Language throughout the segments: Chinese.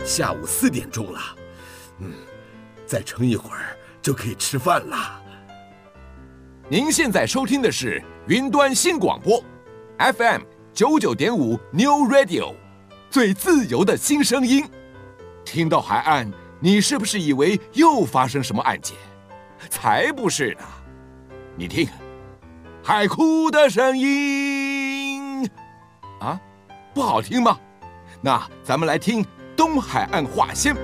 下午4点钟了，再撑一会儿就可以吃饭了。 您现在收听的是云端新广播 FM 99.5 New Radio， 最自由的新声音。听到海岸，你是不是以为又发生什么案件？才不是呢！你听，海哭的声音啊，不好听吗？那咱们来听东海岸话先。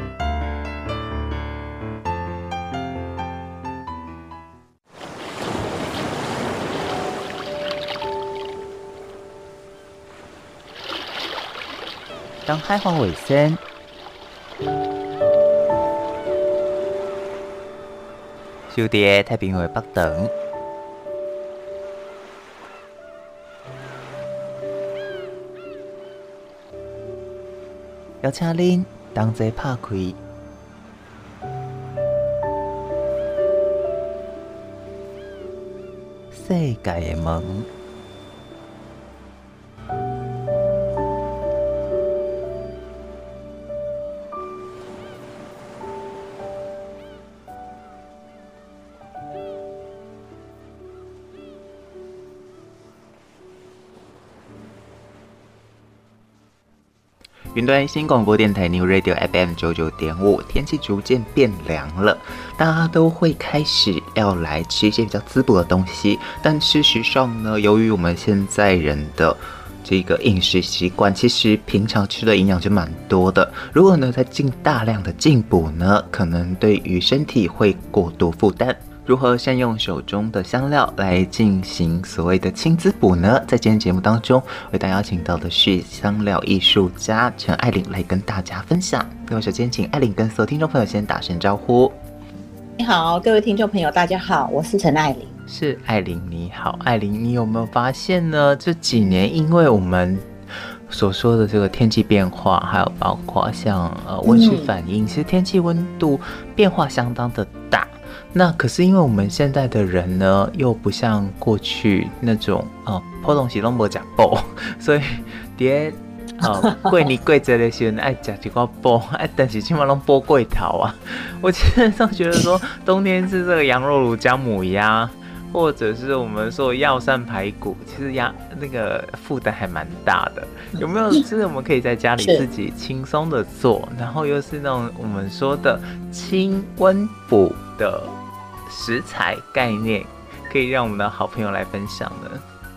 东海岸话先。收伫太平洋北长，邀请恁同齐拍开世界的门。云端新广播电台 New Radio FM 99.5，天气逐渐变凉了，大家都会开始要来吃一些比较滋补的东西。但事实上呢，由于我们现在人的这个饮食习惯，其实平常吃的营养就蛮多的。如果呢再进大量的进补呢，可能对于身体会过度负担。如何善用手中的香料来进行所谓的轻滋补呢？在今天节目当中，为大家邀请到的是香料艺术家陈艾琳来跟大家分享。那么首先请艾琳跟所有听众朋友先打声招呼。 你好，各位听众朋友，大家好，我是陈艾琳。 是艾琳，你好，艾琳，你有没有发现呢？这几年因为我们所说的这个天气变化，还有包括像温室反应，其实天气温度变化相当的大。那可是因为我们现在的人呢，又不像过去那种普通时都没吃饱，所以过年过节的时候爱吃一块煲，但是起码拢煲过头啊。我基本上觉得说，冬天吃这个羊肉卤姜母鸭，或者是我们说药膳排骨，其实那个负担还蛮大的。有没有就是我们可以在家里自己轻松的做，然后又是那种我们说的轻温补的食材概念，可以让我们的好朋友来分享呢？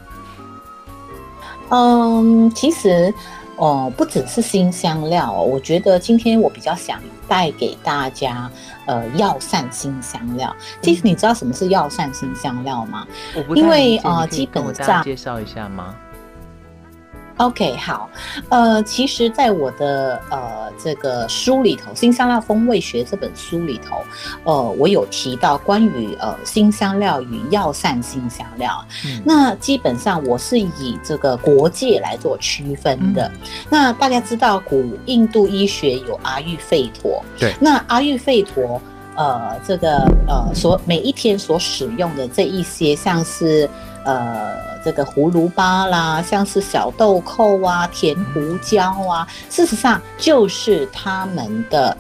其实不只是辛香料我觉得今天我比较想带给大家药膳辛香料。其实你知道什么是药膳辛香料吗？ 我不太理解， 基本上跟我大家介绍一下吗 ？OK， 好，其实，在我的这个书里头，《辛香料风味学》这本书里头，我有提到关于辛香料与药膳辛香料。那基本上我是以这个国界来做区分的。那大家知道，古印度医学有阿育吠陀， 对， 那阿育吠陀。这个每一天所使用的这一些，像是这个葫芦巴啦，像是小豆蔻啊、甜胡椒啊，事实上就是他们的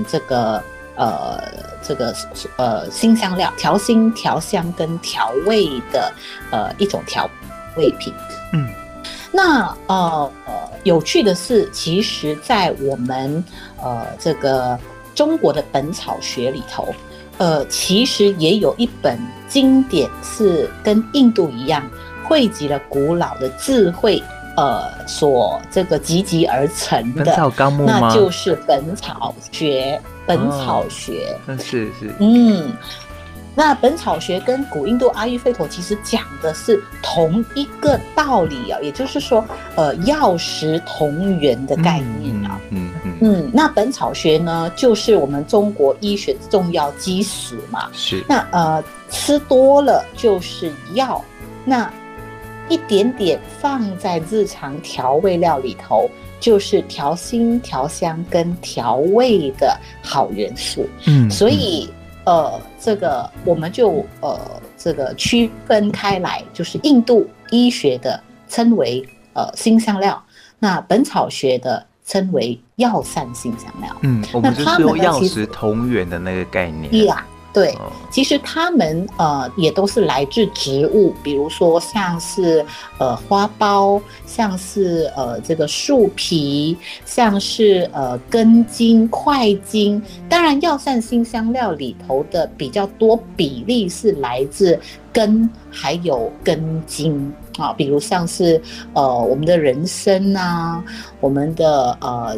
辛香料、调心、调香跟调味的一种调味品。那有趣的是，其实在我们这个中国的本草学里头，其实也有一本经典是跟印度一样，汇集了古老的智慧，所这个集集而成的。 本草纲目吗？ 那就是本草学。本草学， 是。 那本草学跟古印度阿育吠陀其实讲的是同一个道理啊，也就是说，药食同源的概念啊。那本草学呢，就是我们中国医学的重要基石嘛。 是。 那吃多了就是药，那一点点放在日常调味料里头，就是调心、调香跟调味的好元素。所以。这个我们就这个区分开来，就是印度医学的称为辛香料，那本草学的称为药膳辛香料。 我们就是说药食同源的那个概念。 对，其实它们也都是来自植物，比如说像是花苞，像是这个树皮，像是根茎、块茎。当然，药膳辛香料里头的比较多比例是来自根还有根茎啊，比如像是我们的人参啊，我们的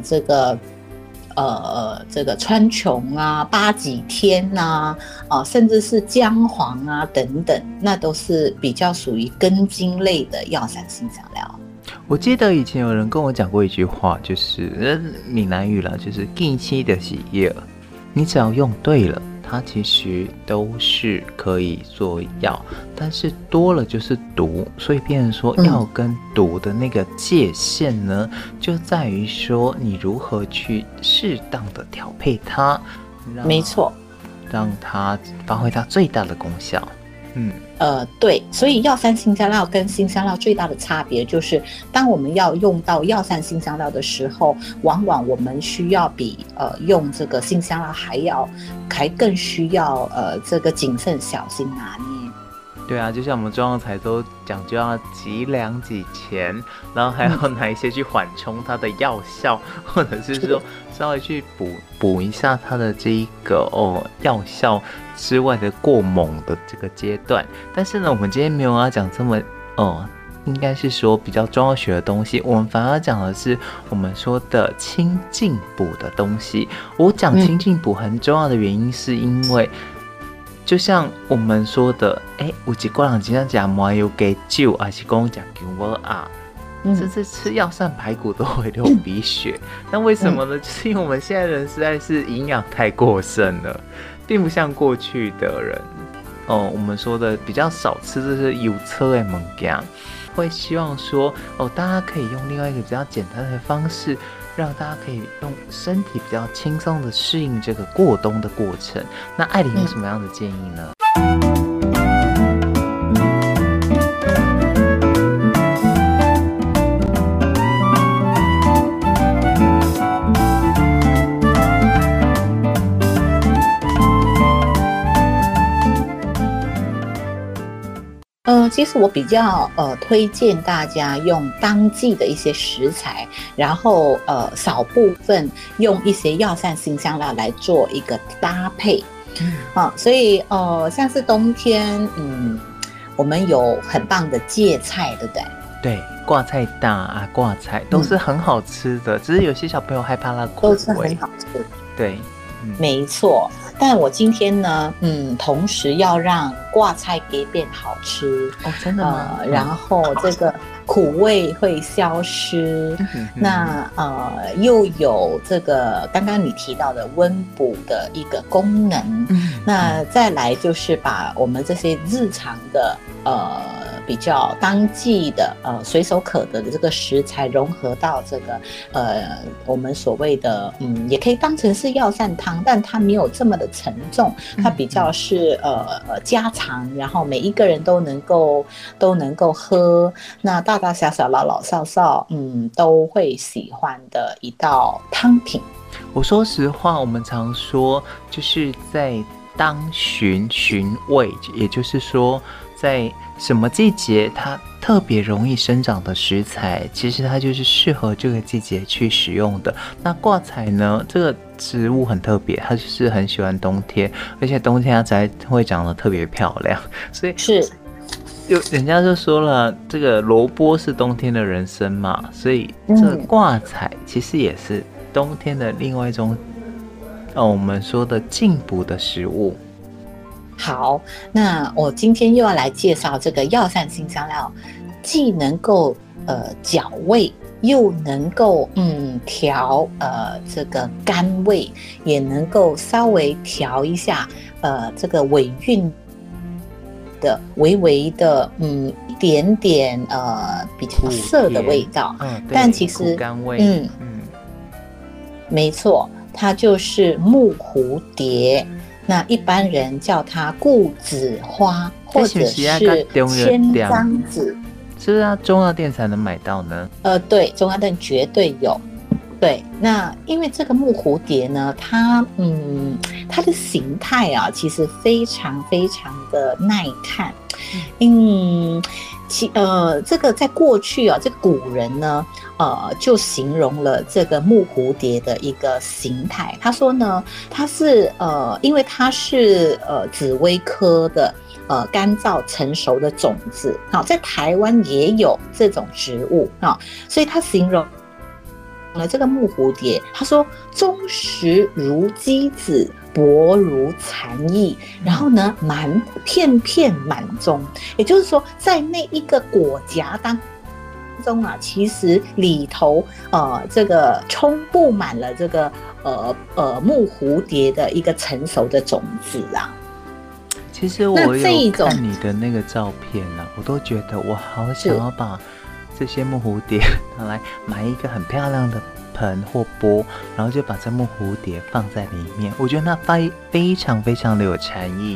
这个川穹啊、八戟天啊，甚至是姜黄啊等等，那都是比较属于根茎类的药膳辛香料。 我记得以前有人跟我讲过一句话，就是闽南语啦，就是近期的洗叶，你只要用对了，它其实都是可以做药，但是多了就是毒，所以变成说药跟毒的那个界限呢，就在于说你如何去适当的调配它， 没错， 让它发挥它最大的功效。 对，所以药膳辛香料跟辛香料最大的差别就是，当我们要用到药膳辛香料的时候，往往我们需要比用这个辛香料还更需要这个谨慎小心拿捏。 对啊，就像我们中药材都讲究要几两几钱，然后还要拿一些去缓冲它的药效，或者是说稍微去补一下它的这一个药效之外的过猛的这个阶段。但是呢，我们今天没有要讲这么应该是说比较中药学的东西，我们反而讲的是我们说的清净补的东西。我讲清净补很重要的原因是因为就像我们说的，有一个人经常讲麻油鸡酒，还是讲姜母鸭，甚至吃药膳排骨都会流鼻血。那为什么呢？就是因为我们现在人实在是营养太过剩了，并不像过去的人，我们说的比较少吃这些油车的物件，会希望说，大家可以用另外一个比较简单的方式，让大家可以用身体比较轻松的适应这个过冬的过程。那艾琳有什么样的建议呢？ 其实我比较推荐大家用当季的一些食材，然后少部分用一些药膳辛香料来做一个搭配。所以像是冬天，我们有很棒的芥菜，对不对？ 对，挂菜大啊，挂菜都是很好吃的，只是有些小朋友害怕它苦味， 都是很好吃。 对。 没错，但我今天呢，同时要让挂菜给变好吃真的吗？ 然后这个苦味会消失，那又有这个刚刚你提到的温补的一个功能，那再来就是把我们这些日常的比较当季的随手可得的这个食材融合到这个我们所谓的也可以当成是药膳汤，但它没有这么的沉重，它比较是家常，然后每一个人都能够喝，那大大小小老老少少都会喜欢的一道汤品。 我说实话，我们常说就是在当旬味，也就是说在什么季节它特别容易生长的食材，其实它就是适合这个季节去使用的。那挂菜呢，这个植物很特别，它就是很喜欢冬天，而且冬天它才会长得特别漂亮，所以是人家就说了，这个萝卜是冬天的人参嘛，所以这个挂菜其实也是冬天的另外一种我们说的进补的食物。 好，那我今天又要来介绍这个药膳辛香料，既能够绞胃，又能够调这个甘味，也能够稍微调一下这个尾韵的微微的一点点比较涩的味道，但其实甘味， 没错，它就是木蝴蝶。那一般人叫它固子花，或者是千张子， 是不是中药店才能买到呢？ 对，中药店绝对有。 对，那因为这个木蝴蝶呢，它的形态啊，其实非常非常的耐看。这个在过去啊，这个古人呢，就形容了这个木蝴蝶的一个形态。他说呢，它是因为它是紫薇科的干燥成熟的种子，好，在台湾也有这种植物啊，所以他形容了这个木蝴蝶，他说忠实如鸡子，薄如蝉翼，然后呢片片满中，也就是说在那一个果荚当中啊，其实里头这个充布满了这个木蝴蝶的一个成熟的种子啊。 其实我有看你的那个照片啊，我都觉得我好想要把这些木蝴蝶拿来买一个很漂亮的盆或钵，然后就把这木蝴蝶放在里面，我觉得那非常非常的有禅意。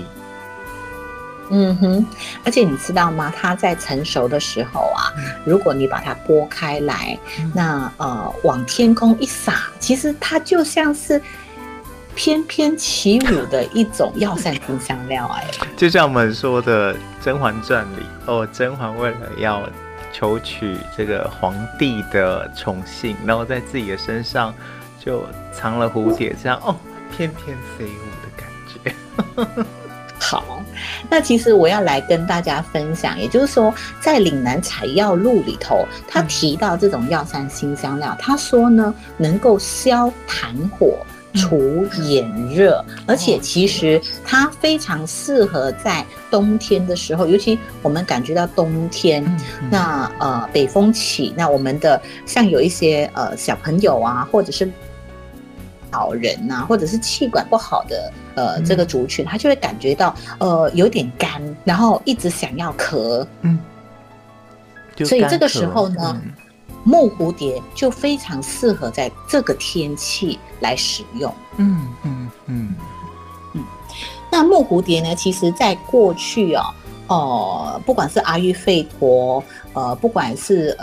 而且你知道吗？它在成熟的时候啊，如果你把它剥开来，那往天空一撒，其实它就像是翩翩起舞的一种药膳辛香料就像我们说的《甄嬛传》里，甄嬛为了要求取这个皇帝的宠幸，然后在自己的身上就藏了蝴蝶，这样翩翩飞舞的感觉。 好，那其实我要来跟大家分享，也就是说，在岭南采药录里头，他提到这种药膳辛香料，他说呢，能够消痰火，除眼热，而且其实它非常适合在冬天的时候，尤其我们感觉到冬天，那北风起，那我们的像有一些小朋友啊，或者是老人啊，或者是气管不好的这个族群，他就会感觉到有点干，然后一直想要咳，所以这个时候呢。木蝴蝶就非常适合在这个天气来使用。那木蝴蝶呢，其实在过去不管是阿育吠陀，不管是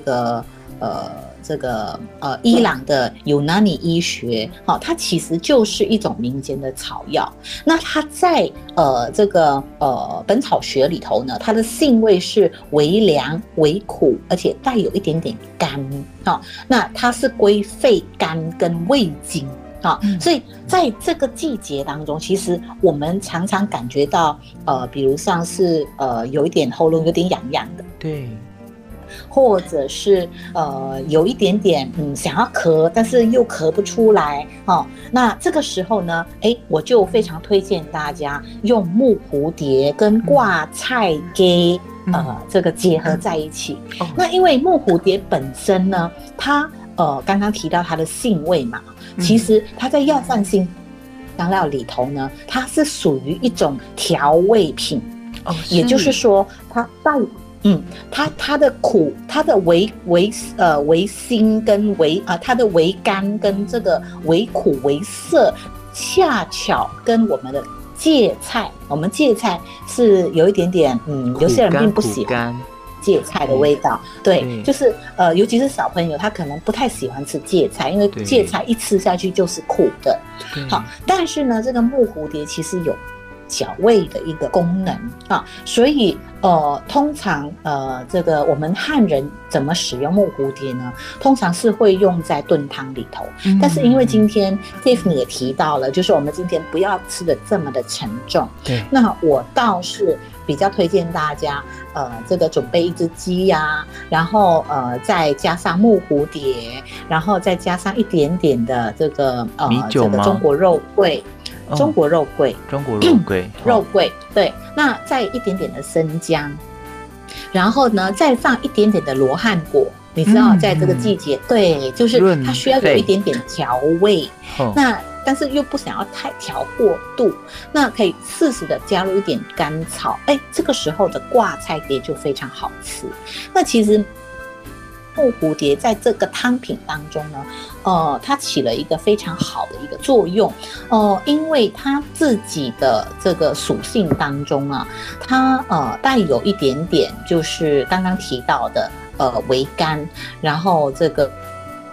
伊朗的尤纳尼医学，它其实就是一种民间的草药。那它在本草学里头呢，它的性味是微凉、微苦，而且带有一点点甘。那它是归肺、肝跟胃经。所以在这个季节当中，其实我们常常感觉到比如像是有一点喉咙有点痒痒的， 对。 或者是有一点点想要咳，但是又咳不出来那这个时候呢，我就非常推荐大家用木蝴蝶跟挂菜给这个结合在一起。那因为木蝴蝶本身呢，它刚刚提到它的性味嘛，其实它在药膳辛香料里头呢，它是属于一种调味品，也就是说它带它的苦，它的微辛跟它的微甘跟这个微苦微涩，恰巧跟我们的芥菜，我们芥菜是有一点点有些人并不喜欢芥菜的味道，对，就是尤其是小朋友，他可能不太喜欢吃芥菜，因为芥菜一吃下去就是苦的。好，但是呢，这个木蝴蝶其实有调味的一个功能所以通常这个我们汉人怎么使用木蝴蝶呢？通常是会用在炖汤里头，但是因为今天 Tiffany 也提到了，就是我们今天不要吃的这么的沉重，对，那我倒是比较推荐大家这个准备一只鸡呀，然后再加上木蝴蝶，然后再加上一点点的这个这个中国肉桂。中国肉桂，肉桂，对，那再一点点的生姜，然后呢，再放一点点的罗汉果。你知道，在这个季节，对，就是它需要有一点点调味，那但是又不想要太调过度，那可以适时的加入一点甘草，这个时候的挂菜碟就非常好吃。那其实木蝴蝶在这个汤品当中呢，它起了一个非常好的一个作用，因为它自己的这个属性当中啊，它带有一点点就是刚刚提到的微甘，然后这个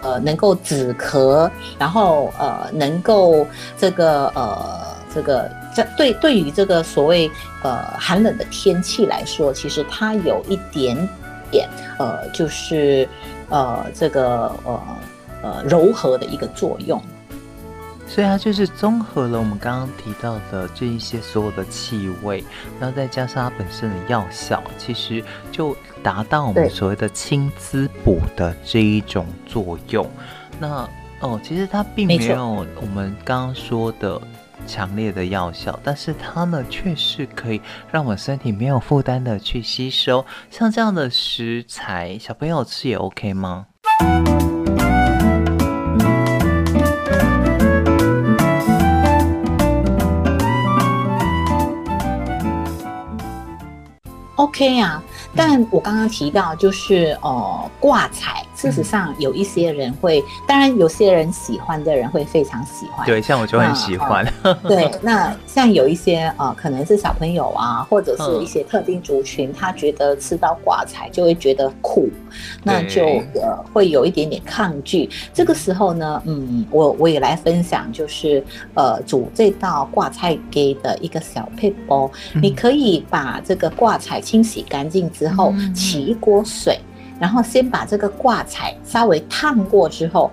能够止咳，然后能够对于这个所谓寒冷的天气来说，其实它有一点点就是柔和的一个作用。 所以它就是综合了我们刚刚提到的这一些所有的气味，然后再加上它本身的药效，其实就达到我们所谓的清滋补的这一种作用。那其实它并没有我们刚刚说的强烈的药效，但是它呢确实可以让我们身体没有负担的去吸收。像这样的食材，小朋友吃也 OK 吗？ OK 啊，但我刚刚提到就是挂彩，事实上有一些人会，当然有些人喜欢的人会非常喜欢， 对，像我就很喜欢。 对，那像有一些可能是小朋友啊，或者是一些特定族群，他觉得吃到挂彩就会觉得苦，那就会有一点点抗拒。这个时候呢，我也来分享，就是煮这道挂菜鸡的一个小撇步，你可以把这个挂彩清洗干净之后，起一锅水，然后先把这个挂彩稍微烫过之后，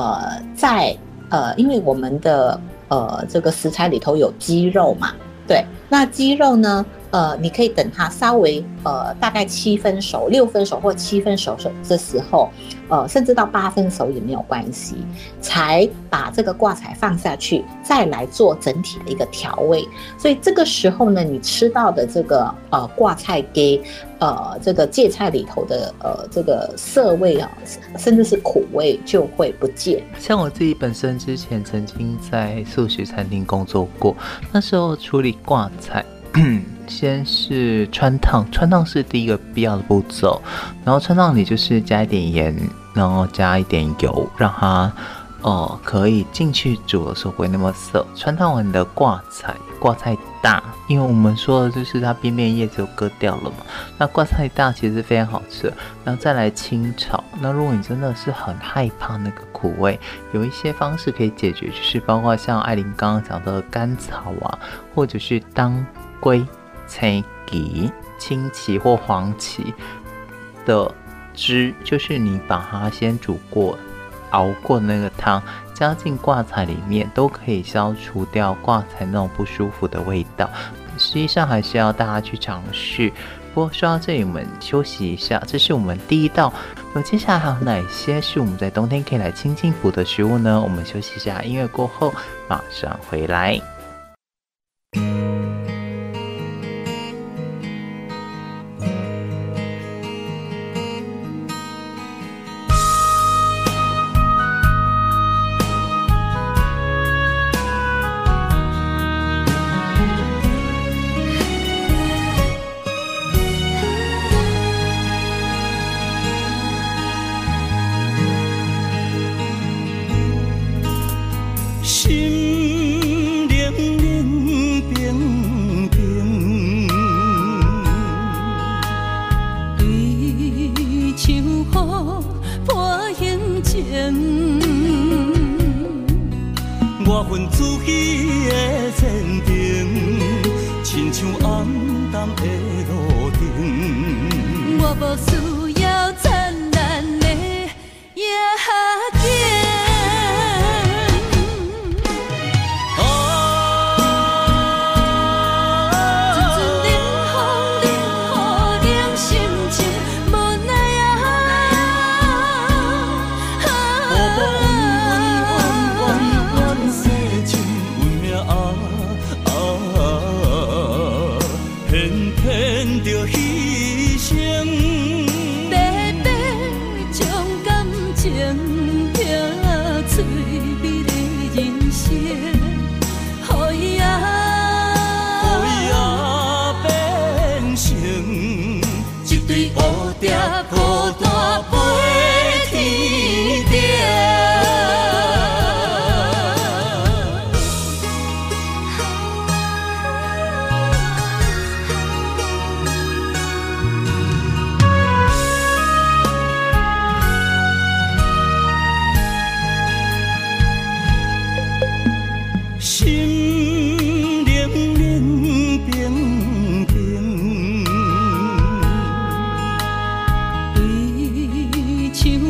因为我们的这个食材里头有鸡肉嘛，对，那鸡肉呢，你可以等它稍微大概7分熟、6分熟或7分熟的时候，甚至到8分熟也没有关系，才把这个挂彩放下去，再来做整体的一个调味。所以这个时候呢，你吃到的这个挂菜给这个芥菜里头的这个涩味啊，甚至是苦味就会不见。 像我自己本身之前曾经在素食餐厅工作过，那时候处理挂菜。先是穿烫是第一个必要的步骤，然后穿烫你就是加一点盐，然后加一点油，让它可以进去煮的时候不会那么涩。穿烫完的挂菜大，因为我们说的就是它边边叶子都割掉了嘛，那挂菜大其实非常好吃。然后再来清炒，那如果你真的是很害怕那个苦味，有一些方式可以解决，就是包括像艾琳刚刚讲的甘草啊，或者是当归、青芪、青芪或黄芪的汁，就是你把它先煮过、熬过那个汤，加进挂菜里面，都可以消除掉挂菜那种不舒服的味道。实际上还是要大家去尝试。不过说到这里，我们休息一下，这是我们第一道。那接下来还有哪些是我们在冬天可以来清清补的食物呢？我们休息一下，音乐过后马上回来。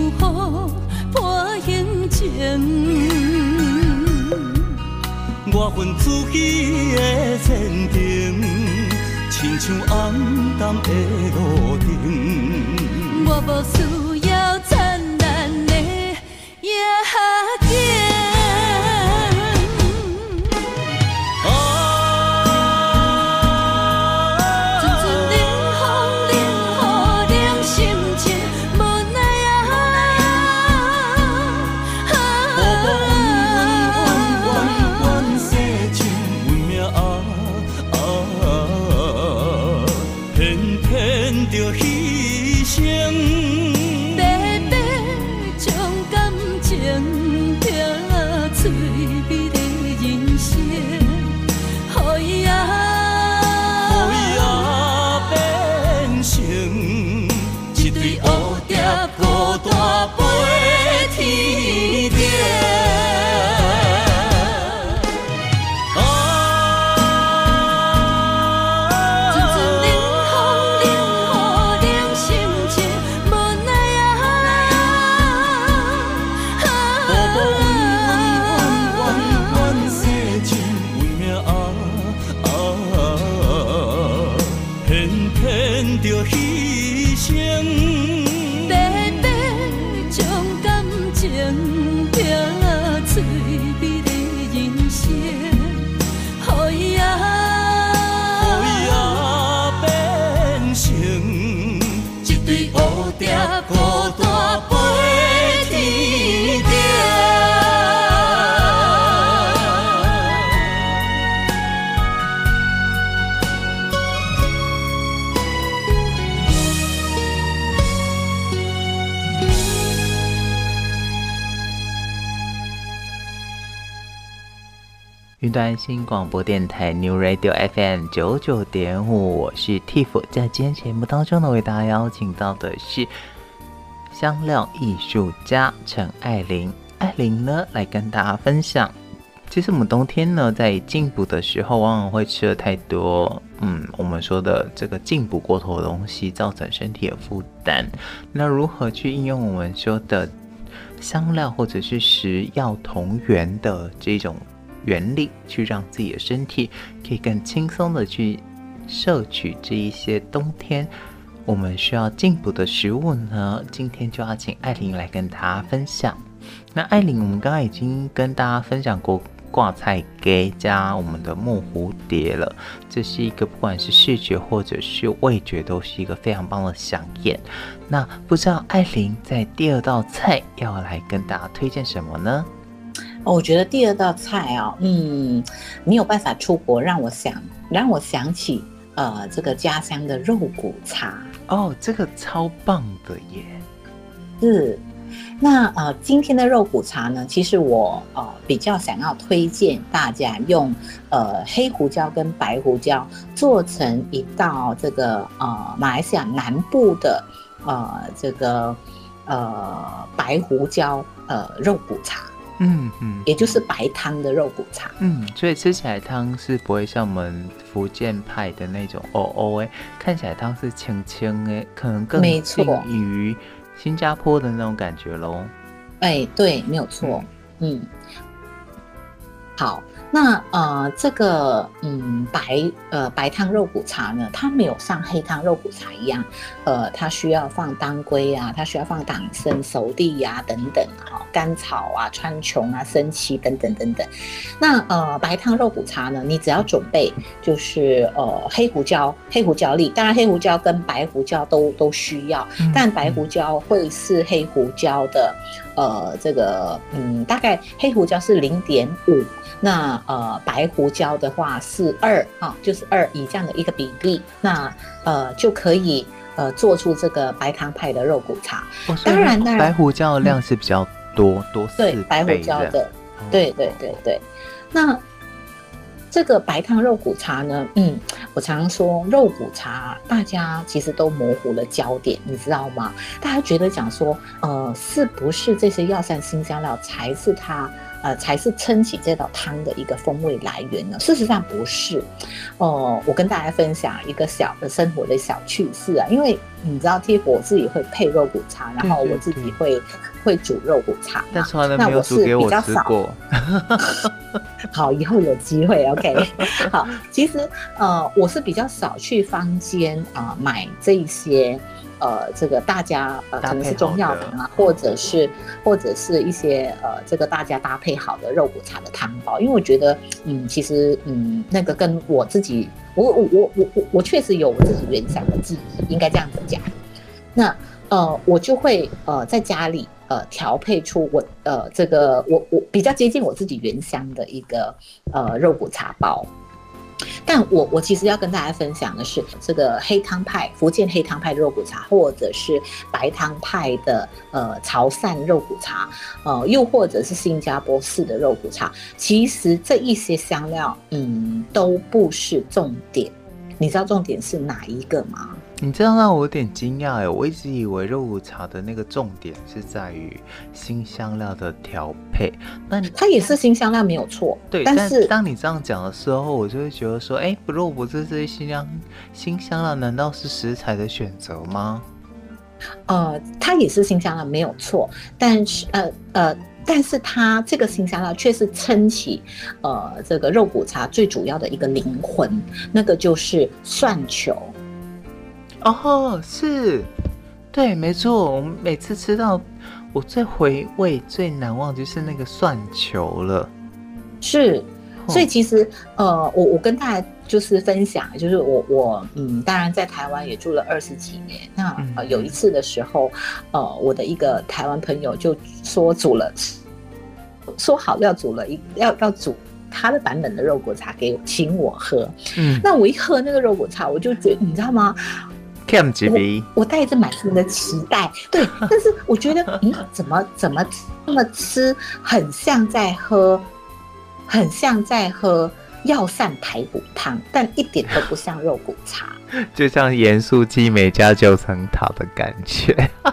雨破行情，我份自己的前程，亲像暗淡的路灯。我无需要灿烂的夜景。 云端新广播电台 New Radio FM 99.5，我是 Tiff。在今天节目当中呢，为大家邀请到的是香料艺术家陈爱玲。爱玲呢，来跟大家分享，其实我们冬天呢，在进补的时候，往往会吃了太多，我们说的这个进补过头的东西，造成身体的负担。那如何去应用我们说的香料或者是食药同源的这种原理，去让自己的身体可以更轻松的去摄取这一些冬天我们需要进补的食物呢？今天就要请爱玲来跟大家分享。那爱玲，我们刚刚已经跟大家分享过挂菜给加我们的木蝴蝶了，这是一个不管是视觉或者是味觉都是一个非常棒的飨宴。那不知道爱玲在第二道菜要来跟大家推荐什么呢？ 我觉得第二道菜没有办法出国，让我想起这个家乡的肉骨茶。 哦，这个超棒的耶！ 是。那今天的肉骨茶呢，其实我比较想要推荐大家用黑胡椒跟白胡椒做成一道这个马来西亚南部的这个白胡椒肉骨茶。也就是白汤的肉骨茶。 所以吃起来汤是不会像我们福建派的那种看起来汤是清清的，可能更近于新加坡的那种感觉咯。 对，没有错。好，那这个白汤肉骨茶呢，它没有像黑汤肉骨茶一样，它需要放当归啊，它需要放党参、熟地啊等等甘草啊、川穹啊、生漆等等等等。那白汤肉骨茶呢，你只要准备就是黑胡椒粒，当然黑胡椒跟白胡椒都需要，但白胡椒会是黑胡椒的这个大概黑胡椒是0.5。那白胡椒的话是2就是2，以这样的一个比例，那就可以做出这个白汤派的肉骨茶。当然白胡椒的量是比较多4倍。 对，白胡椒的，对。那这个白汤肉骨茶呢，我常说肉骨茶大家其实都模糊了焦点，你知道吗？大家觉得讲说是不是这些药膳辛香料才是它才是撑起这道汤的一个风味来源呢？事实上不是。我跟大家分享一个小的生活的小趣事啊，因为你知道 Tiff 我自己会配肉骨茶，然后我自己会煮肉骨茶， 但从来没有煮给我吃过。 好，以后有机会 OK 好，其实我是比较少去坊间买这一些这个大家可能是中药堂啊，或者是一些这个大家搭配好的肉骨茶的汤包，因为我觉得其实那个跟我自己我确实有我自己原想的记忆，应该这样子讲。那我就会在家里调配出我这个我比较接近我自己原乡的一个肉骨茶包。但我其实要跟大家分享的是，这个黑汤派福建黑汤派的肉骨茶，或者是白汤派的潮汕肉骨茶，又或者是新加坡式的肉骨茶，其实这一些香料都不是重点。你知道重点是哪一个吗？ 你这样让我有点惊讶哎！我一直以为肉骨茶的那个重点是在于辛香料的调配，那它也是辛香料没有错， 对。但是当你这样讲的时候，我就会觉得说，如果不是这些辛香料，难道是食材的选择吗？ 它也是辛香料没有错，但是它这个辛香料却是撑起这个肉骨茶最主要的一个灵魂，那个就是蒜球。 哦，是，对，没错。我们每次吃到，我最回味、最难忘就是那个蒜球了。 是，所以其实我跟大家就是分享，就是我当然在台湾也住了20几年。那有一次的时候，我的一个台湾朋友就说说好要煮他的版本的肉骨茶请我喝。那我一喝那个肉骨茶，我就觉得你知道吗？我带着满心的期待，对，但是我觉得，怎么这么吃，很像在喝药膳排骨汤，但一点都不像肉骨茶， 就像盐酥鸡没加9层塔的感觉。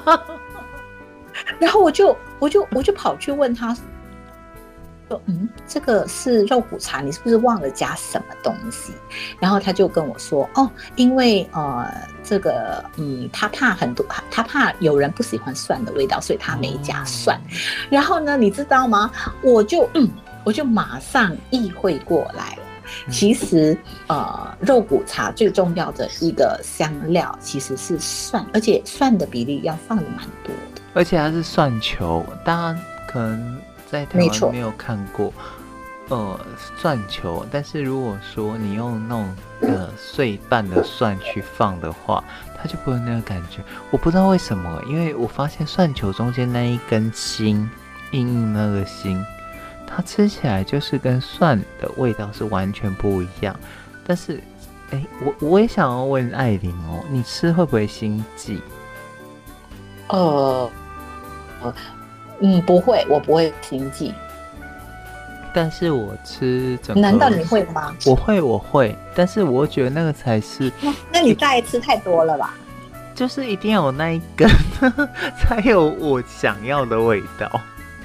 然后我就跑去问他。说这个是肉骨茶，你是不是忘了加什么东西？然后他就跟我说，因为这个他怕有人不喜欢蒜的味道，所以他没加蒜。然后呢，你知道吗？我就马上意会过来了。其实肉骨茶最重要的一个香料其实是蒜，而且蒜的比例要放的蛮多的， 而且它是蒜球，大家可能在台湾没有看过蒜球，但是如果说你用那种碎瓣的蒜去放的话，它就不会有那个感觉。我不知道为什么，因为我发现蒜球中间那一根心，硬那个心，它吃起来就是跟蒜的味道是完全不一样。但是我也想要问艾琳你吃会不会心悸？ 不会，我不会心悸。 但是我吃整个， 难道你会吗？ 我会，但是我觉得那个才是。 那你大概吃太多了吧？ 就是一定要有那一根，才有我想要的味道。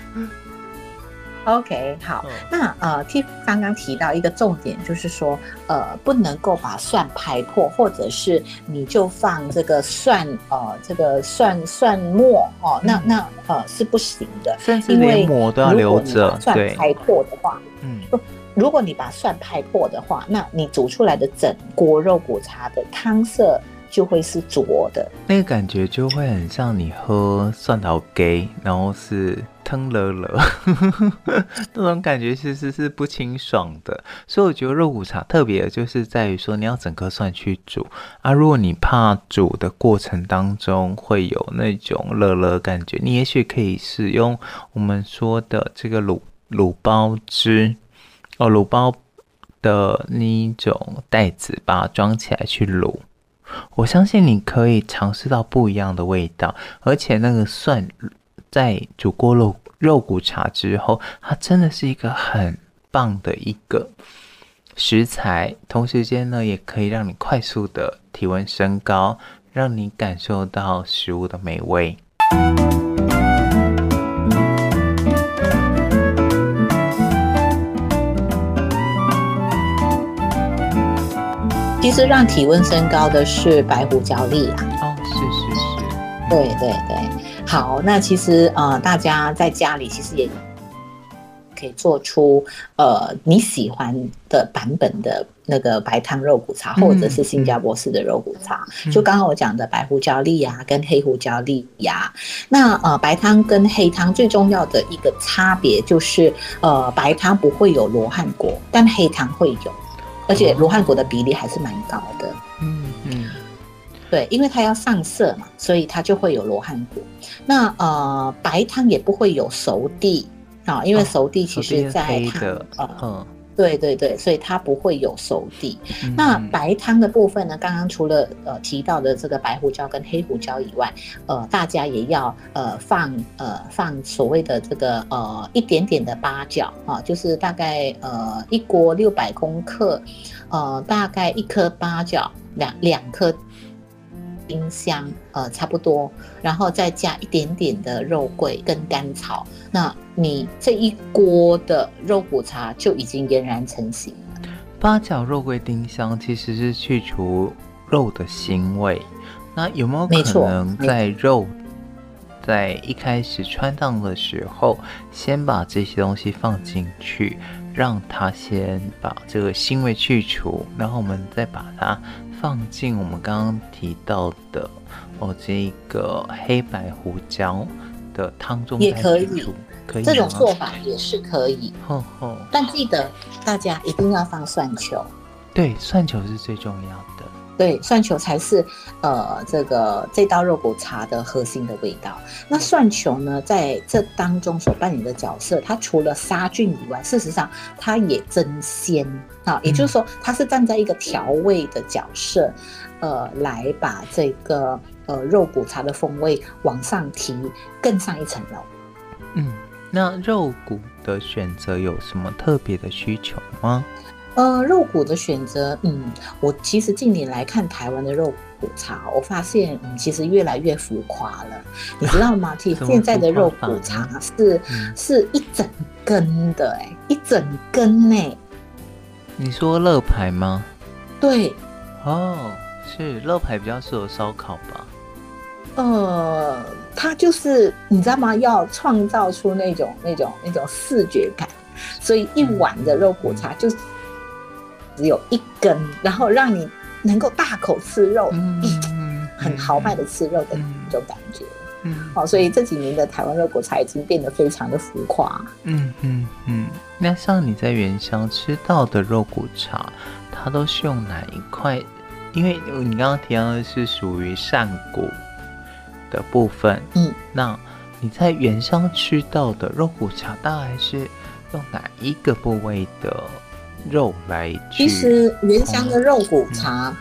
OK， 好，那Tiff 刚刚提到一个重点，就是说不能够把蒜拍破，或者是你就放这个蒜这个蒜末那是不行的， 甚至连膜都要留着。 对，蒜拍破的话，如果你把蒜拍破的话，那你煮出来的整锅肉骨茶的汤色就会是浊的， 那个感觉就会很像你喝蒜头鸡，然后是汤了了，那种感觉其实是不清爽的。所以我觉得肉骨茶特别的就是在于说，你要整颗蒜去煮啊。如果你怕煮的过程当中会有那种了了感觉，你也许可以使用我们说的这个卤包汁卤包的那一种袋子，把它装起来去卤。我相信你可以尝试到不一样的味道，而且那个蒜在煮过肉骨茶之后，它真的是一个很棒的一个食材，同时间呢，也可以让你快速的体温升高，让你感受到食物的美味。 其实让体温升高的是白胡椒粒啦。 哦，是， 对对对。好，那其实大家在家里其实也可以做出你喜欢的版本的那个白汤肉骨茶，或者是新加坡式的肉骨茶。就刚刚我讲的白胡椒粒啊，跟黑胡椒粒呀。那白汤跟黑汤最重要的一个差别就是白汤不会有罗汉果，但黑汤会有，而且罗汉果的比例还是蛮高的。对，因为它要上色嘛，所以它就会有罗汉果。那白汤也不会有熟地啊，因为熟地其实在它对对对，所以它不会有熟地。那白汤的部分呢，刚刚除了提到的这个白胡椒跟黑胡椒以外，大家也要放所谓的这个一点点的八角啊，就是大概一锅600公克，大概1颗八角，两颗丁香，差不多，然后再加一点点的肉桂跟甘草，那你这一锅的肉骨茶就已经俨然成型了。 八角、肉桂、丁香其实是去除肉的腥味，那有没有可能在肉在一开始穿烫的时候，先把这些东西放进去，让它先把这个腥味去除，然后我们再把它放进我们刚刚提到的这个黑白胡椒的汤中， 也可以，这种做法也是可以。但记得大家一定要放蒜球。 对，蒜球是最重要的。 对，蒜球才是这道肉骨茶的核心的味道。那蒜球呢，在这当中所扮演的角色，它除了杀菌以外，事实上它也增鲜啊，也就是说，它是站在一个调味的角色，来把这个肉骨茶的风味往上提，更上一层楼。 那肉骨的选择有什么特别的需求吗？ 肉骨的选择，我其实近年来看台湾的肉骨茶，我发现其实越来越浮夸了，你知道吗？其实现在的肉骨茶是一整根的，一整根呢。 你说乐牌吗？ 对， 是乐牌比较适合烧烤吧？ 它就是你知道吗？要创造出那种视觉感，所以一碗的肉骨茶就只有一根，然后让你能够大口吃肉，很豪迈的吃肉的那种感觉。所以这几年的台湾肉骨茶已经变得非常的浮夸。 那像你在原乡吃到的肉骨茶，它都是用哪一块？因为你刚刚提到的是属于扇骨的部分，那你在原乡吃到的肉骨茶，大概是用哪一个部位的肉来去？ 其实原乡的肉骨茶，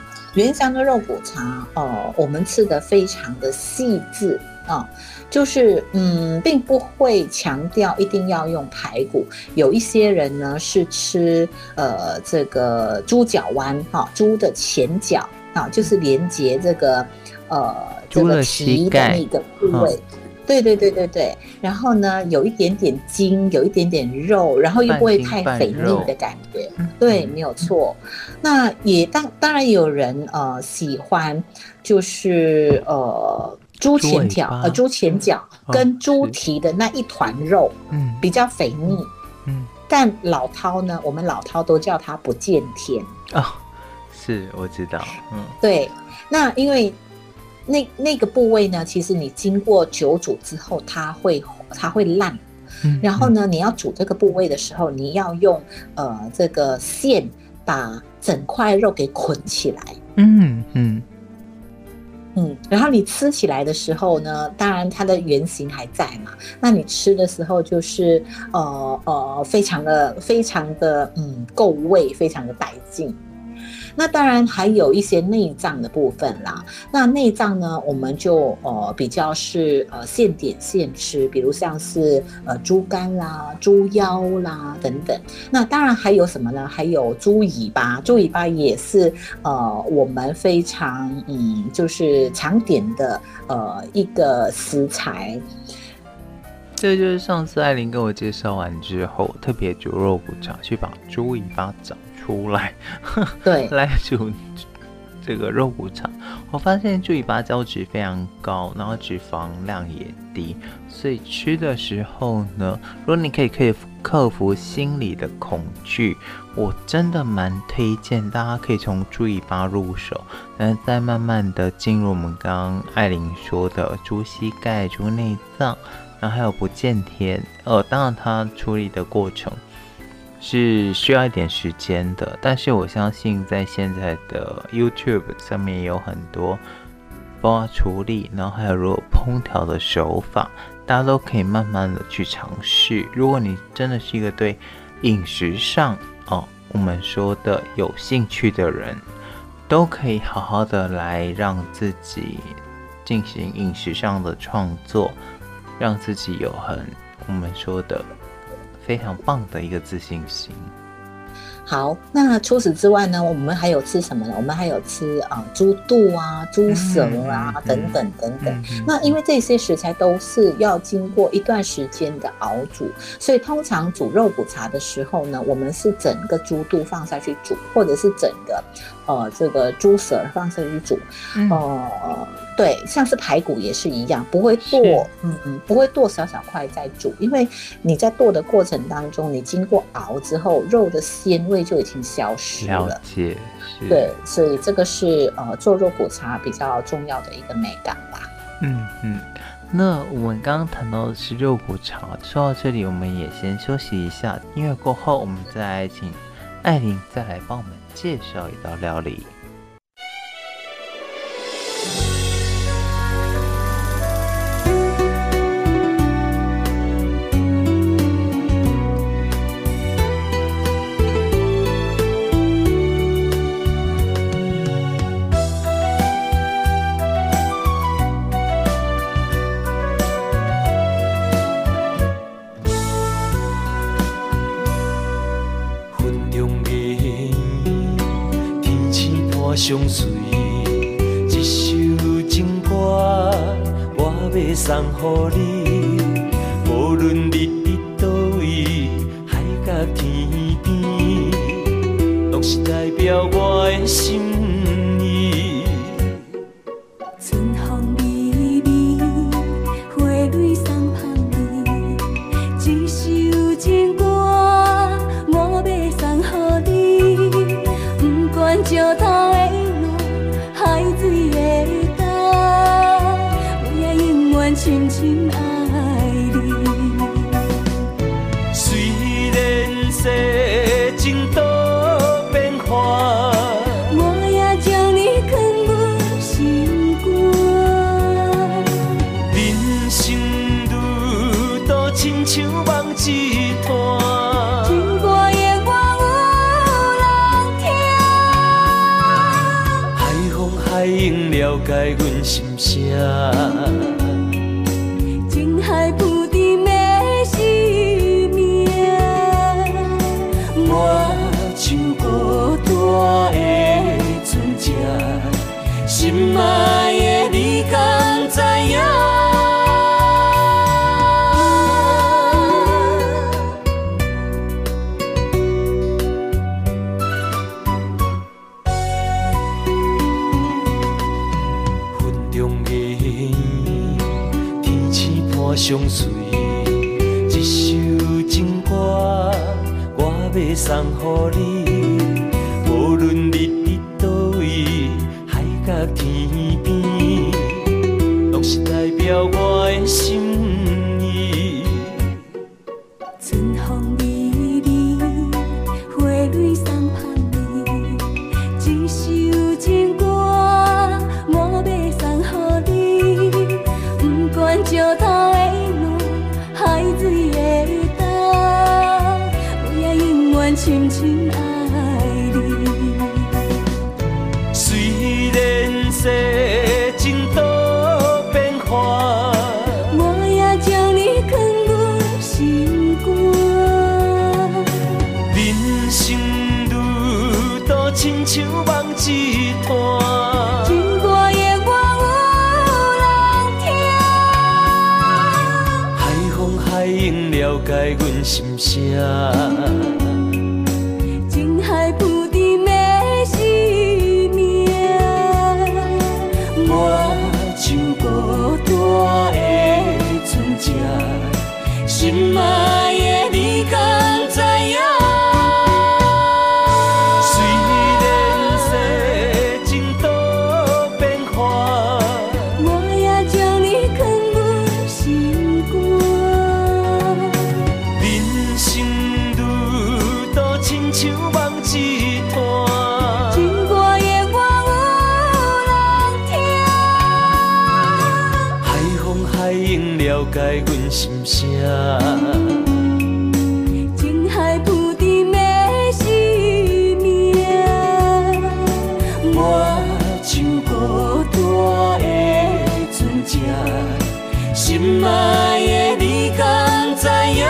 我们吃的非常的细致就是并不会强调一定要用排骨。有一些人呢是吃这个猪脚弯猪的前脚就是连接这个猪的膝盖那个部位。对，然后呢，有一点点筋，有一点点肉，然后又不会太肥腻的感觉。对，没有错。那也当然有人喜欢就是猪前脚跟猪蹄的那一团肉，比较肥腻。但老饕呢，我们老饕都叫它不见天。 是我知道。 对，那因为那个部位呢，其实你经过久煮之后，它会烂。然后呢，你要煮这个部位的时候，你要用这个线把整块肉给捆起来。然后你吃起来的时候呢，当然它的原型还在嘛，那你吃的时候就是非常的够味，非常的带劲。那当然还有一些内脏的部分啦。那内脏呢，我们就比较是现点现吃，比如像是猪肝啦、猪腰啦等等。那当然还有什么呢？还有猪尾巴，猪尾巴也是我们非常就是常点的一个食材。 这就是上次艾琳跟我介绍完之后，特别煮肉骨茶去把猪尾巴找出来， 对， 来煮这个肉骨茶，我发现猪尾巴胶质非常高，然后脂肪量也低，所以吃的时候呢，如果你可以克服心理的恐惧，我真的蛮推荐大家可以从猪尾巴入手，然后再慢慢的进入我们刚刚艾琳说的猪膝盖、猪内脏，然后还有不见天，当然它处理的过程是需要一点时间的，但是我相信在现在的 YouTube 上面有很多包括处理，然后还有如果烹调的手法，大家都可以慢慢的去尝试。如果你真的是一个对饮食上我们说的有兴趣的人，都可以好好的来让自己进行饮食上的创作，让自己有我们说的非常棒的一个自信心。 好，那除此之外呢，我们还有吃什么呢？我们还有吃猪肚啊、猪舌啊等等等等。那因为这些食材都是要经过一段时间的熬煮，所以通常煮肉骨茶的时候呢，我们是整个猪肚放下去煮，或者是整个这个猪舌放下去煮。对，像是排骨也是一样，不会剁小小块再煮，因为你在剁的过程当中，你经过熬之后，肉的鲜味就已经消失了。 了解，是。 对，所以这个是做肉骨茶比较重要的一个美感吧。 那我们刚刚谈到的是肉骨茶，说到这里，我们也先休息一下，音乐过后，我们再来请艾琳再来帮我们介绍一道料理。 相随一首情歌，我要送予你。无论你伫倒位，海角天边，拢是代表我的心意。 春风微微，花蕊送香味，一首情歌，我要送予你。不管石头的海水的干，我也永远深深爱你。 虽然世情多变化， 我也将你藏入心肝。 人生路途亲像梦一段， 情歌永远有人听。 海风海涌了解阮心声， 情海浮沉的生命， 我像孤单的船只，心爱的你敢知影？云中的烟，天星伴相随，一首情歌，我要送予你。无论你伫倒位，海角天边，拢是代表我的心意。 春风微微，花蕊送香味，一首情歌，我要送予你。不管石头的路，海水的干，我也永远深深爱你。 虽然世情多变化， 我也将你藏入心肝。 人生路途亲像梦一段， 情歌永远有人听。 海风海涌了解阮心声， 情海浮沉的生命， 心爱的你敢知影？虽然世情多变化， 我也将你藏阮心肝。 人生路途亲像梦一段， 情歌永远有人听。 海风海涌了解阮心声。 情海浮沉的生命， 我像孤单的船只，心爱的你敢知影？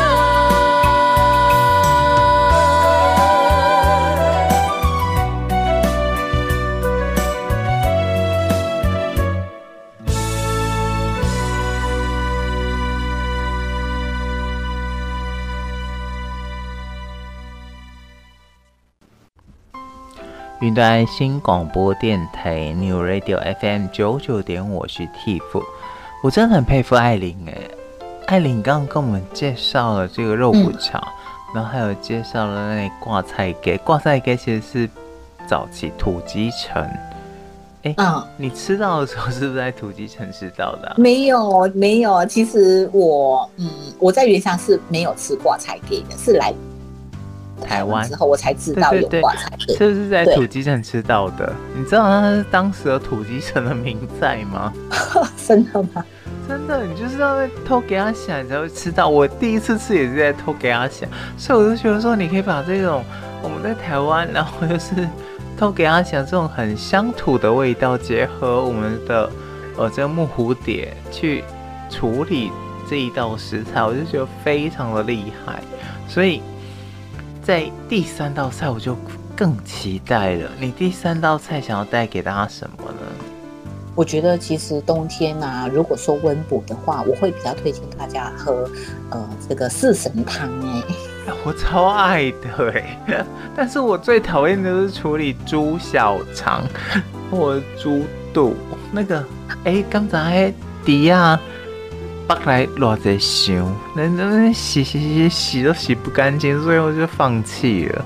云端爱心广播电台 New Radio FM 99.5，我是 Tiff。我真的很佩服艾琳艾琳刚刚跟我们介绍了这个肉骨茶，然后还有介绍了那挂菜鸡。挂菜鸡其实是早期土鸡城。你吃到的时候是不是在土鸡城吃到的没有，其实我在原乡是没有吃挂菜鸡的，是来台湾之后我才知道有挂菜鸡。 是不是在土鸡城吃到的？你知道它是当时的土鸡城的名菜吗？ 真的吗？ 真的，你就是要在偷给他想，你才会吃到。我第一次吃也是在偷给他想，所以我就觉得说，你可以把这种我们在台湾，然后又是偷给他想这种很乡土的味道，结合我们的这个木蝴蝶去处理这一道食材，我就觉得非常的厉害。所以在第3道菜我就更期待了。你第3道菜想要带给大家什么呢？ 我觉得其实冬天啊，如果说温补的话，我会比较推荐大家喝这个四神汤我超爱的但是我最讨厌的是处理猪小肠或猪肚那个刚才底下北来偌济箱，那洗都洗不干净，所以我就放弃了。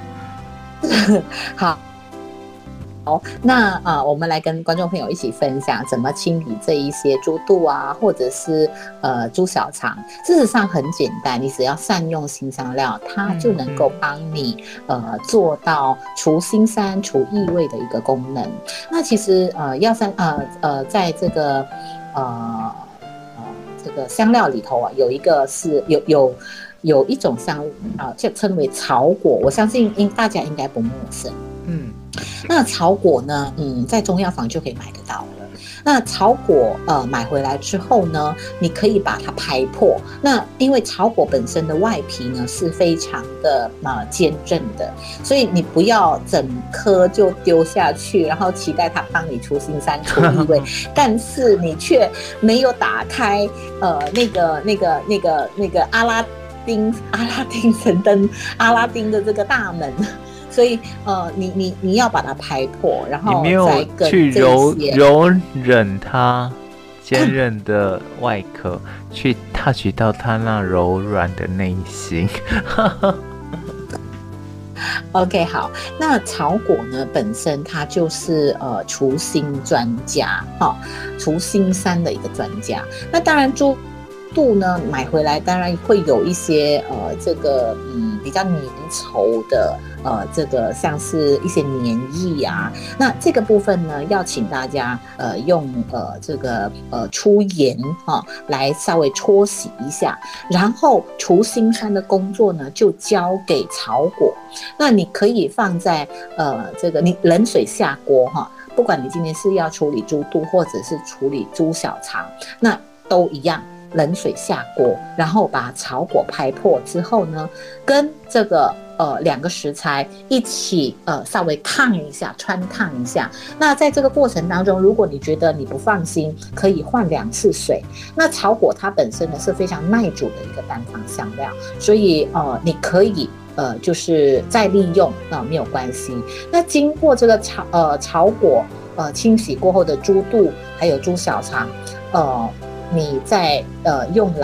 好，那我们来跟观众朋友一起分享怎么清理这一些猪肚啊，或者是猪小肠。事实上很简单，你只要善用辛香料，它就能够帮你做到除腥膻、除异味的一个功能。那其实在这个这个香料里头啊，有一个是有一种香就称为草果，我相信大家应该不陌生。那草果呢，在中药房就可以买得到了。那草果买回来之后呢，你可以把它拍破。那因为草果本身的外皮呢是非常的坚韧的，所以你不要整颗就丢下去，然后期待它帮你除腥膻、除异味，但是你却没有打开那个阿拉丁神灯阿拉丁的这个大门。所以你要把它拍破，然后再跟去柔忍它坚韧的外壳，去 touch 到它那柔软的内心。 OK， 好，那草果呢本身它就是除腥专家，除腥膻的一个专家。那当然猪肚呢买回来当然会有一些这个比较粘稠的这个像是一些黏液啊，那这个部分呢要请大家用这个粗盐来稍微搓洗一下，然后除腥膻的工作呢就交给草果。那你可以放在这个你冷水下锅不管你今天是要处理猪肚或者是处理猪小肠，那都一样。冷水下锅，然后把草果拍破之后呢，跟这个2个食材一起稍微烫一下，汆烫一下。那在这个过程当中，如果你觉得你不放心，可以换2次水。那草果它本身呢是非常耐煮的一个单方香料，所以你可以就是再利用没有关系。那经过这个草果清洗过后的猪肚还有猪小肠，你再用来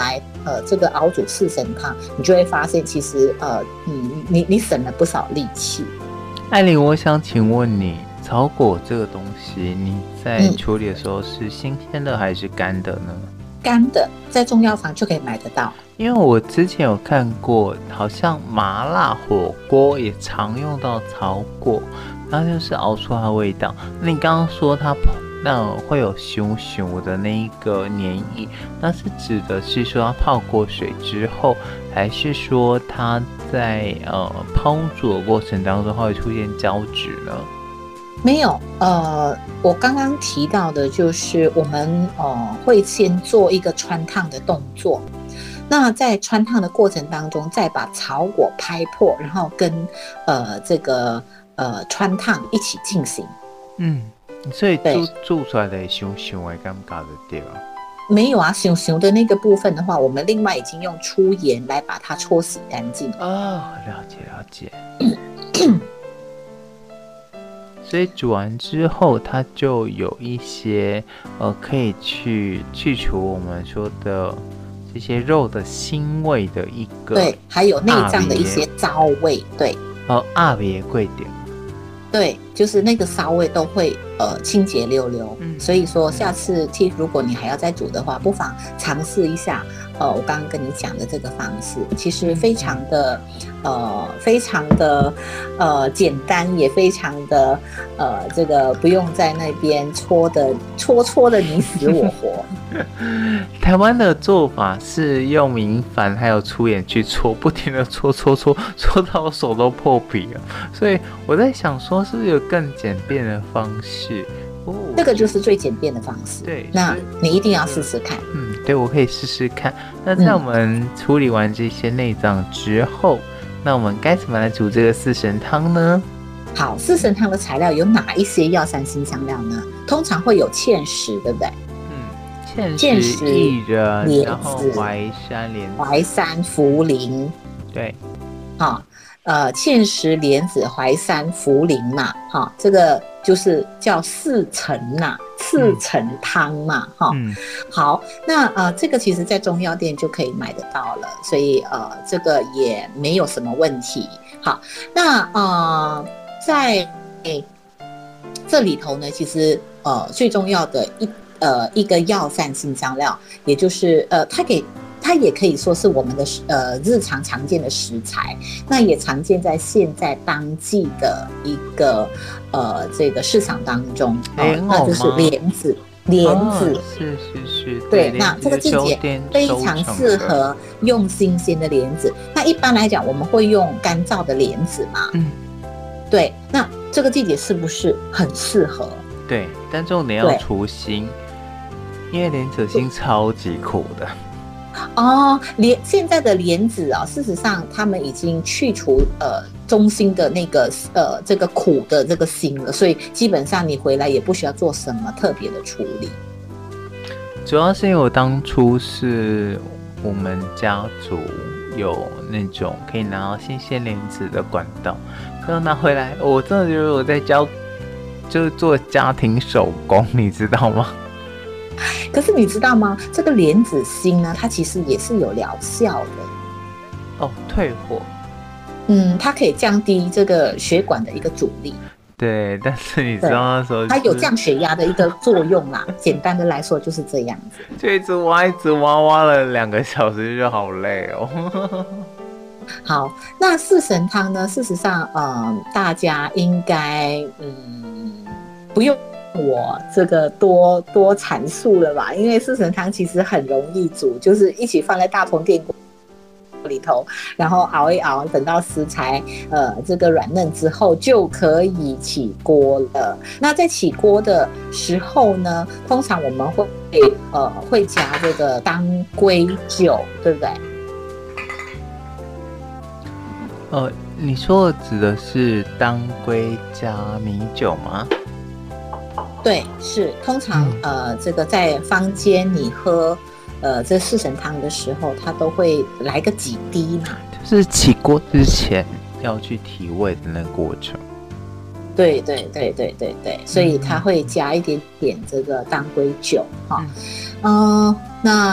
这个熬煮四神汤，你就会发现其实你省了不少力气。 艾琳，我想请问你，草果这个东西，你在处理的时候是新鲜的还是干的呢？ 干的，在中药房就可以买得到。 因为我之前有看过，好像麻辣火锅也常用到草果，然后就是熬出它的味道。那你刚刚说它那会有熊熊的那一个黏液，那是指的是说它泡过水之后，还是说它在烹煮的过程当中会出现胶质呢？ 没有，我刚刚提到的就是我们会先做一个穿烫的动作，那在穿烫的过程当中，再把草果拍破，然后跟这个穿烫一起进行。 所以煮出来的熊熊的感觉就对了。 没有啊，熊熊的那个部分的话，我们另外已经用粗盐来把它搓洗干净。 哦，了解。所以煮完之后，它就有一些可以去除我们说的这些肉的腥味的一个， 对，还有内脏的一些骚味，对。 阿别贵点。 对，就是那个骚味都会清洁溜溜。所以说下次如果你还要再煮的话，不妨尝试一下我刚刚跟你讲的这个方式，其实非常的简单，也非常的这个不用在那边搓的你死我活。 台湾的做法是用明矾还有粗盐去搓，不停的搓到我手都破皮了。所以我在想说，是不是有更简便的方式？ 这个就是最简便的方式。 对， 那你一定要试试看。 对，我可以试试看。那在我们处理完这些内脏之后，那我们该怎么来煮这个四神汤呢？ 好，四神汤的材料有哪一些药膳辛香料呢？通常会有芡实，对不对？ 芡实、薏仁，然后淮山、茯苓。对， 好，芡实、莲子、淮山、茯苓嘛，哈，这个就是叫四陈呐，四陈汤嘛，哈。好，那这个其实在中药店就可以买得到了，所以这个也没有什么问题。好，那在这里头呢，其实最重要的一个药膳辛香料，也就是它也可以说是我们的日常常见的食材，那也常见在现在当季的一个这个市场当中，那就是莲子。 是， 对，那这个季节非常适合用新鲜的莲子。那一般来讲，我们会用干燥的莲子嘛？对，那这个季节是不是很适合？ 对，但重点要除腥，因为莲子心超级苦的。 现在的莲子事实上他们已经去除中心的那个这个苦的这个心了，所以基本上你回来也不需要做什么特别的处理。 主要是因为我当初是我们家族有那种可以拿到新鲜莲子的管道，可是拿回来，我真的觉得我在家就是做家庭手工，你知道吗？ 可是你知道吗？这个莲子心呢，它其实也是有疗效的。 退火。 它可以降低这个血管的一个阻力。 对，但是你知道那时候、 它有降血压的一个作用啦。简单的来说就是这样子。 就一直挖了2个小时，就好累哦。 好，那四神汤呢？事实上，大家应该不用我这个多阐述了吧，因为四神汤其实很容易煮，就是一起放在大同电锅里头，然后熬一熬，等到食材这个软嫩之后就可以起锅了。那在起锅的时候呢，通常我们会加这个当归酒，对不对？ 你说的指的是当归加米酒吗？ 对，是通常这个在坊间你喝这四神汤的时候，它都会来个几滴嘛， 就是起锅之前要去提味的那个过程。 对，所以它会加一点点这个当归酒哈。那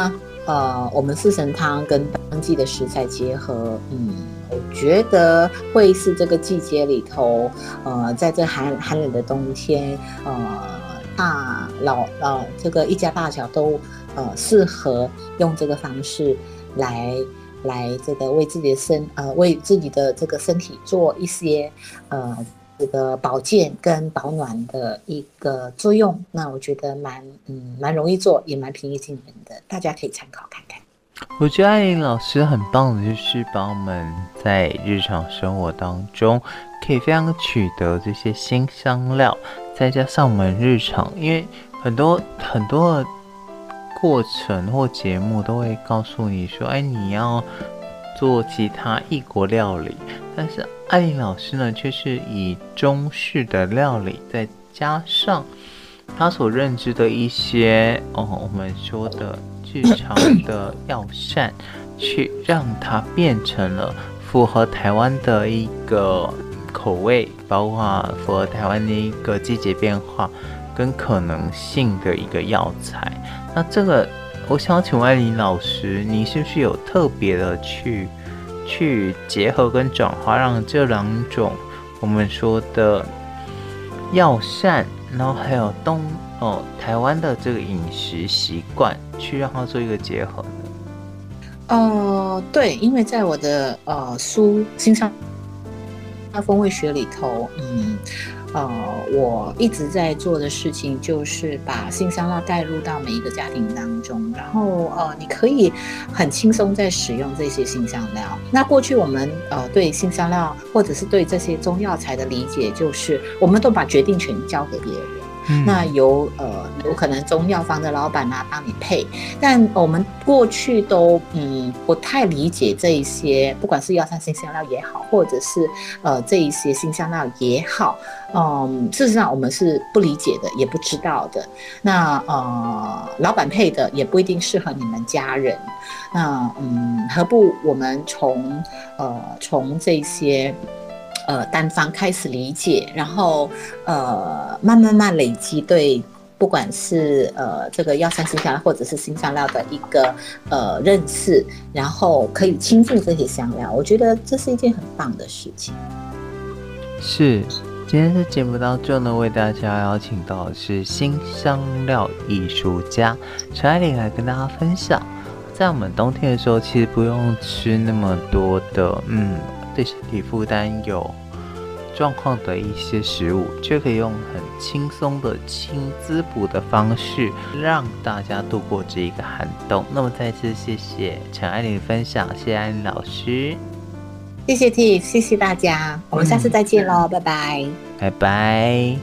我们四神汤跟当季的食材结合，我觉得会是这个季节里头，在这寒冷的冬天，大老这个一家大小都适合用这个方式来这个为自己的这个身体做一些这个保健跟保暖的一个作用。那我觉得蛮容易做，也蛮平易近人的，大家可以参考看看。 我觉得艾琳老师很棒的，就是把我们在日常生活当中可以非常取得这些辛香料，再加上我们日常，因为很多的过程或节目都会告诉你说，你要做其他异国料理，但是艾琳老师呢，却是以中式的料理，再加上他所认知的一些我们说的日常的药膳，去让它变成了符合台湾的一个口味，包括符合台湾的一个季节变化跟可能性的一个药材。那这个我想请问艾琳老师，你是不是有特别的去结合跟转化，让这两种我们说的药膳，然后还有台湾的这个饮食习惯，去让它做一个结合呢？对，因为在我的书《辛香料风味学》里头，我一直在做的事情就是把辛香料带入到每一个家庭当中，然后你可以很轻松在使用这些辛香料。那过去我们对辛香料或者是对这些中药材的理解，就是我们都把决定权交给别人。那有可能中药房的老板帮你配，但我们过去都不太理解这一些，不管是药膳辛香料也好，或者是这一些辛香料也好，事实上我们是不理解的，也不知道的。那老板配的也不一定适合你们家人。那何不我们从这些单方开始理解，然后慢慢累积对不管是这个药膳辛香料或者是辛香料的一个认识，然后可以亲近这些香料，我觉得这是一件很棒的事情。 是，今天的节目当中呢，为大家邀请到的是辛香料艺术家陈艾琳来跟大家分享，在我们冬天的时候，其实不用吃那么多的对身体负担有状况的一些食物，却可以用很轻松的轻滋补的方式，让大家度过这一个寒冬。那么再次谢谢陈艾琳的分享，谢谢艾琳老师， 谢谢 T， 谢谢大家，我们下次再见咯，拜拜， 拜拜。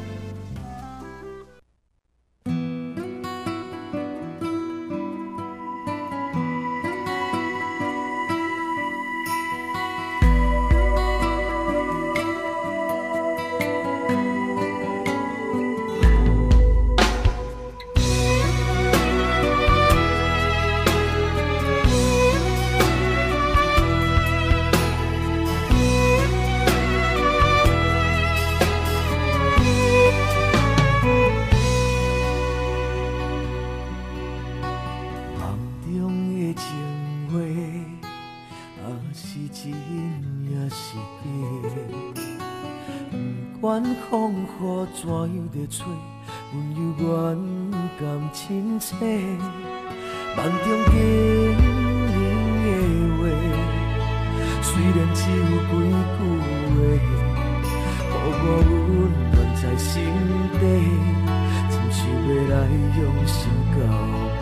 怎样在找温柔软甘亲切？梦中经年的话，虽然只有几句话，予我温暖在心底，真想要来用心交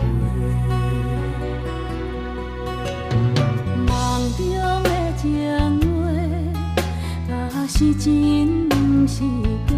陪。梦中的情话，若是真不是假。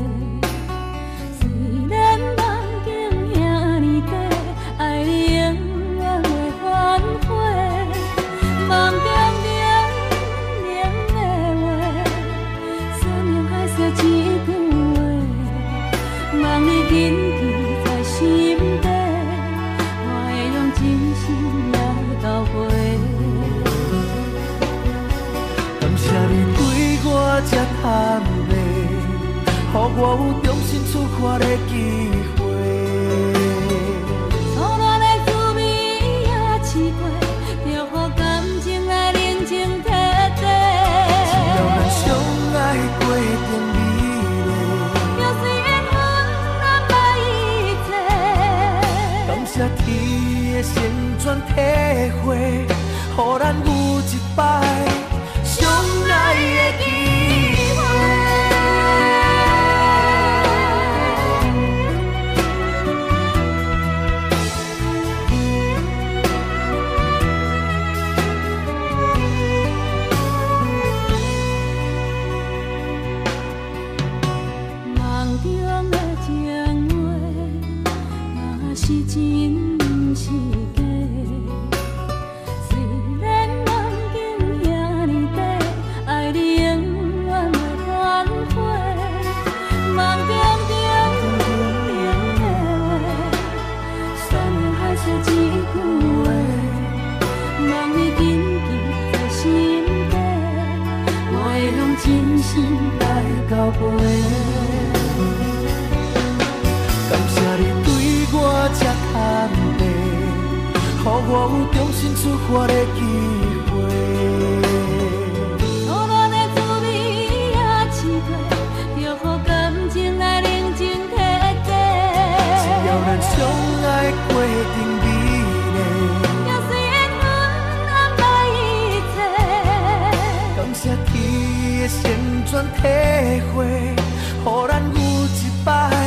予我有重新出发的机会，错乱的滋味也深真心来交陪。 感谢你对我这坦白，予我有重新出发的机会。 苦恋的滋味也试过，就予感情来认真体体。 只要咱相爱过程美丽， 也虽然阮安排一切。 感谢天的旋转体会，予咱有一摆。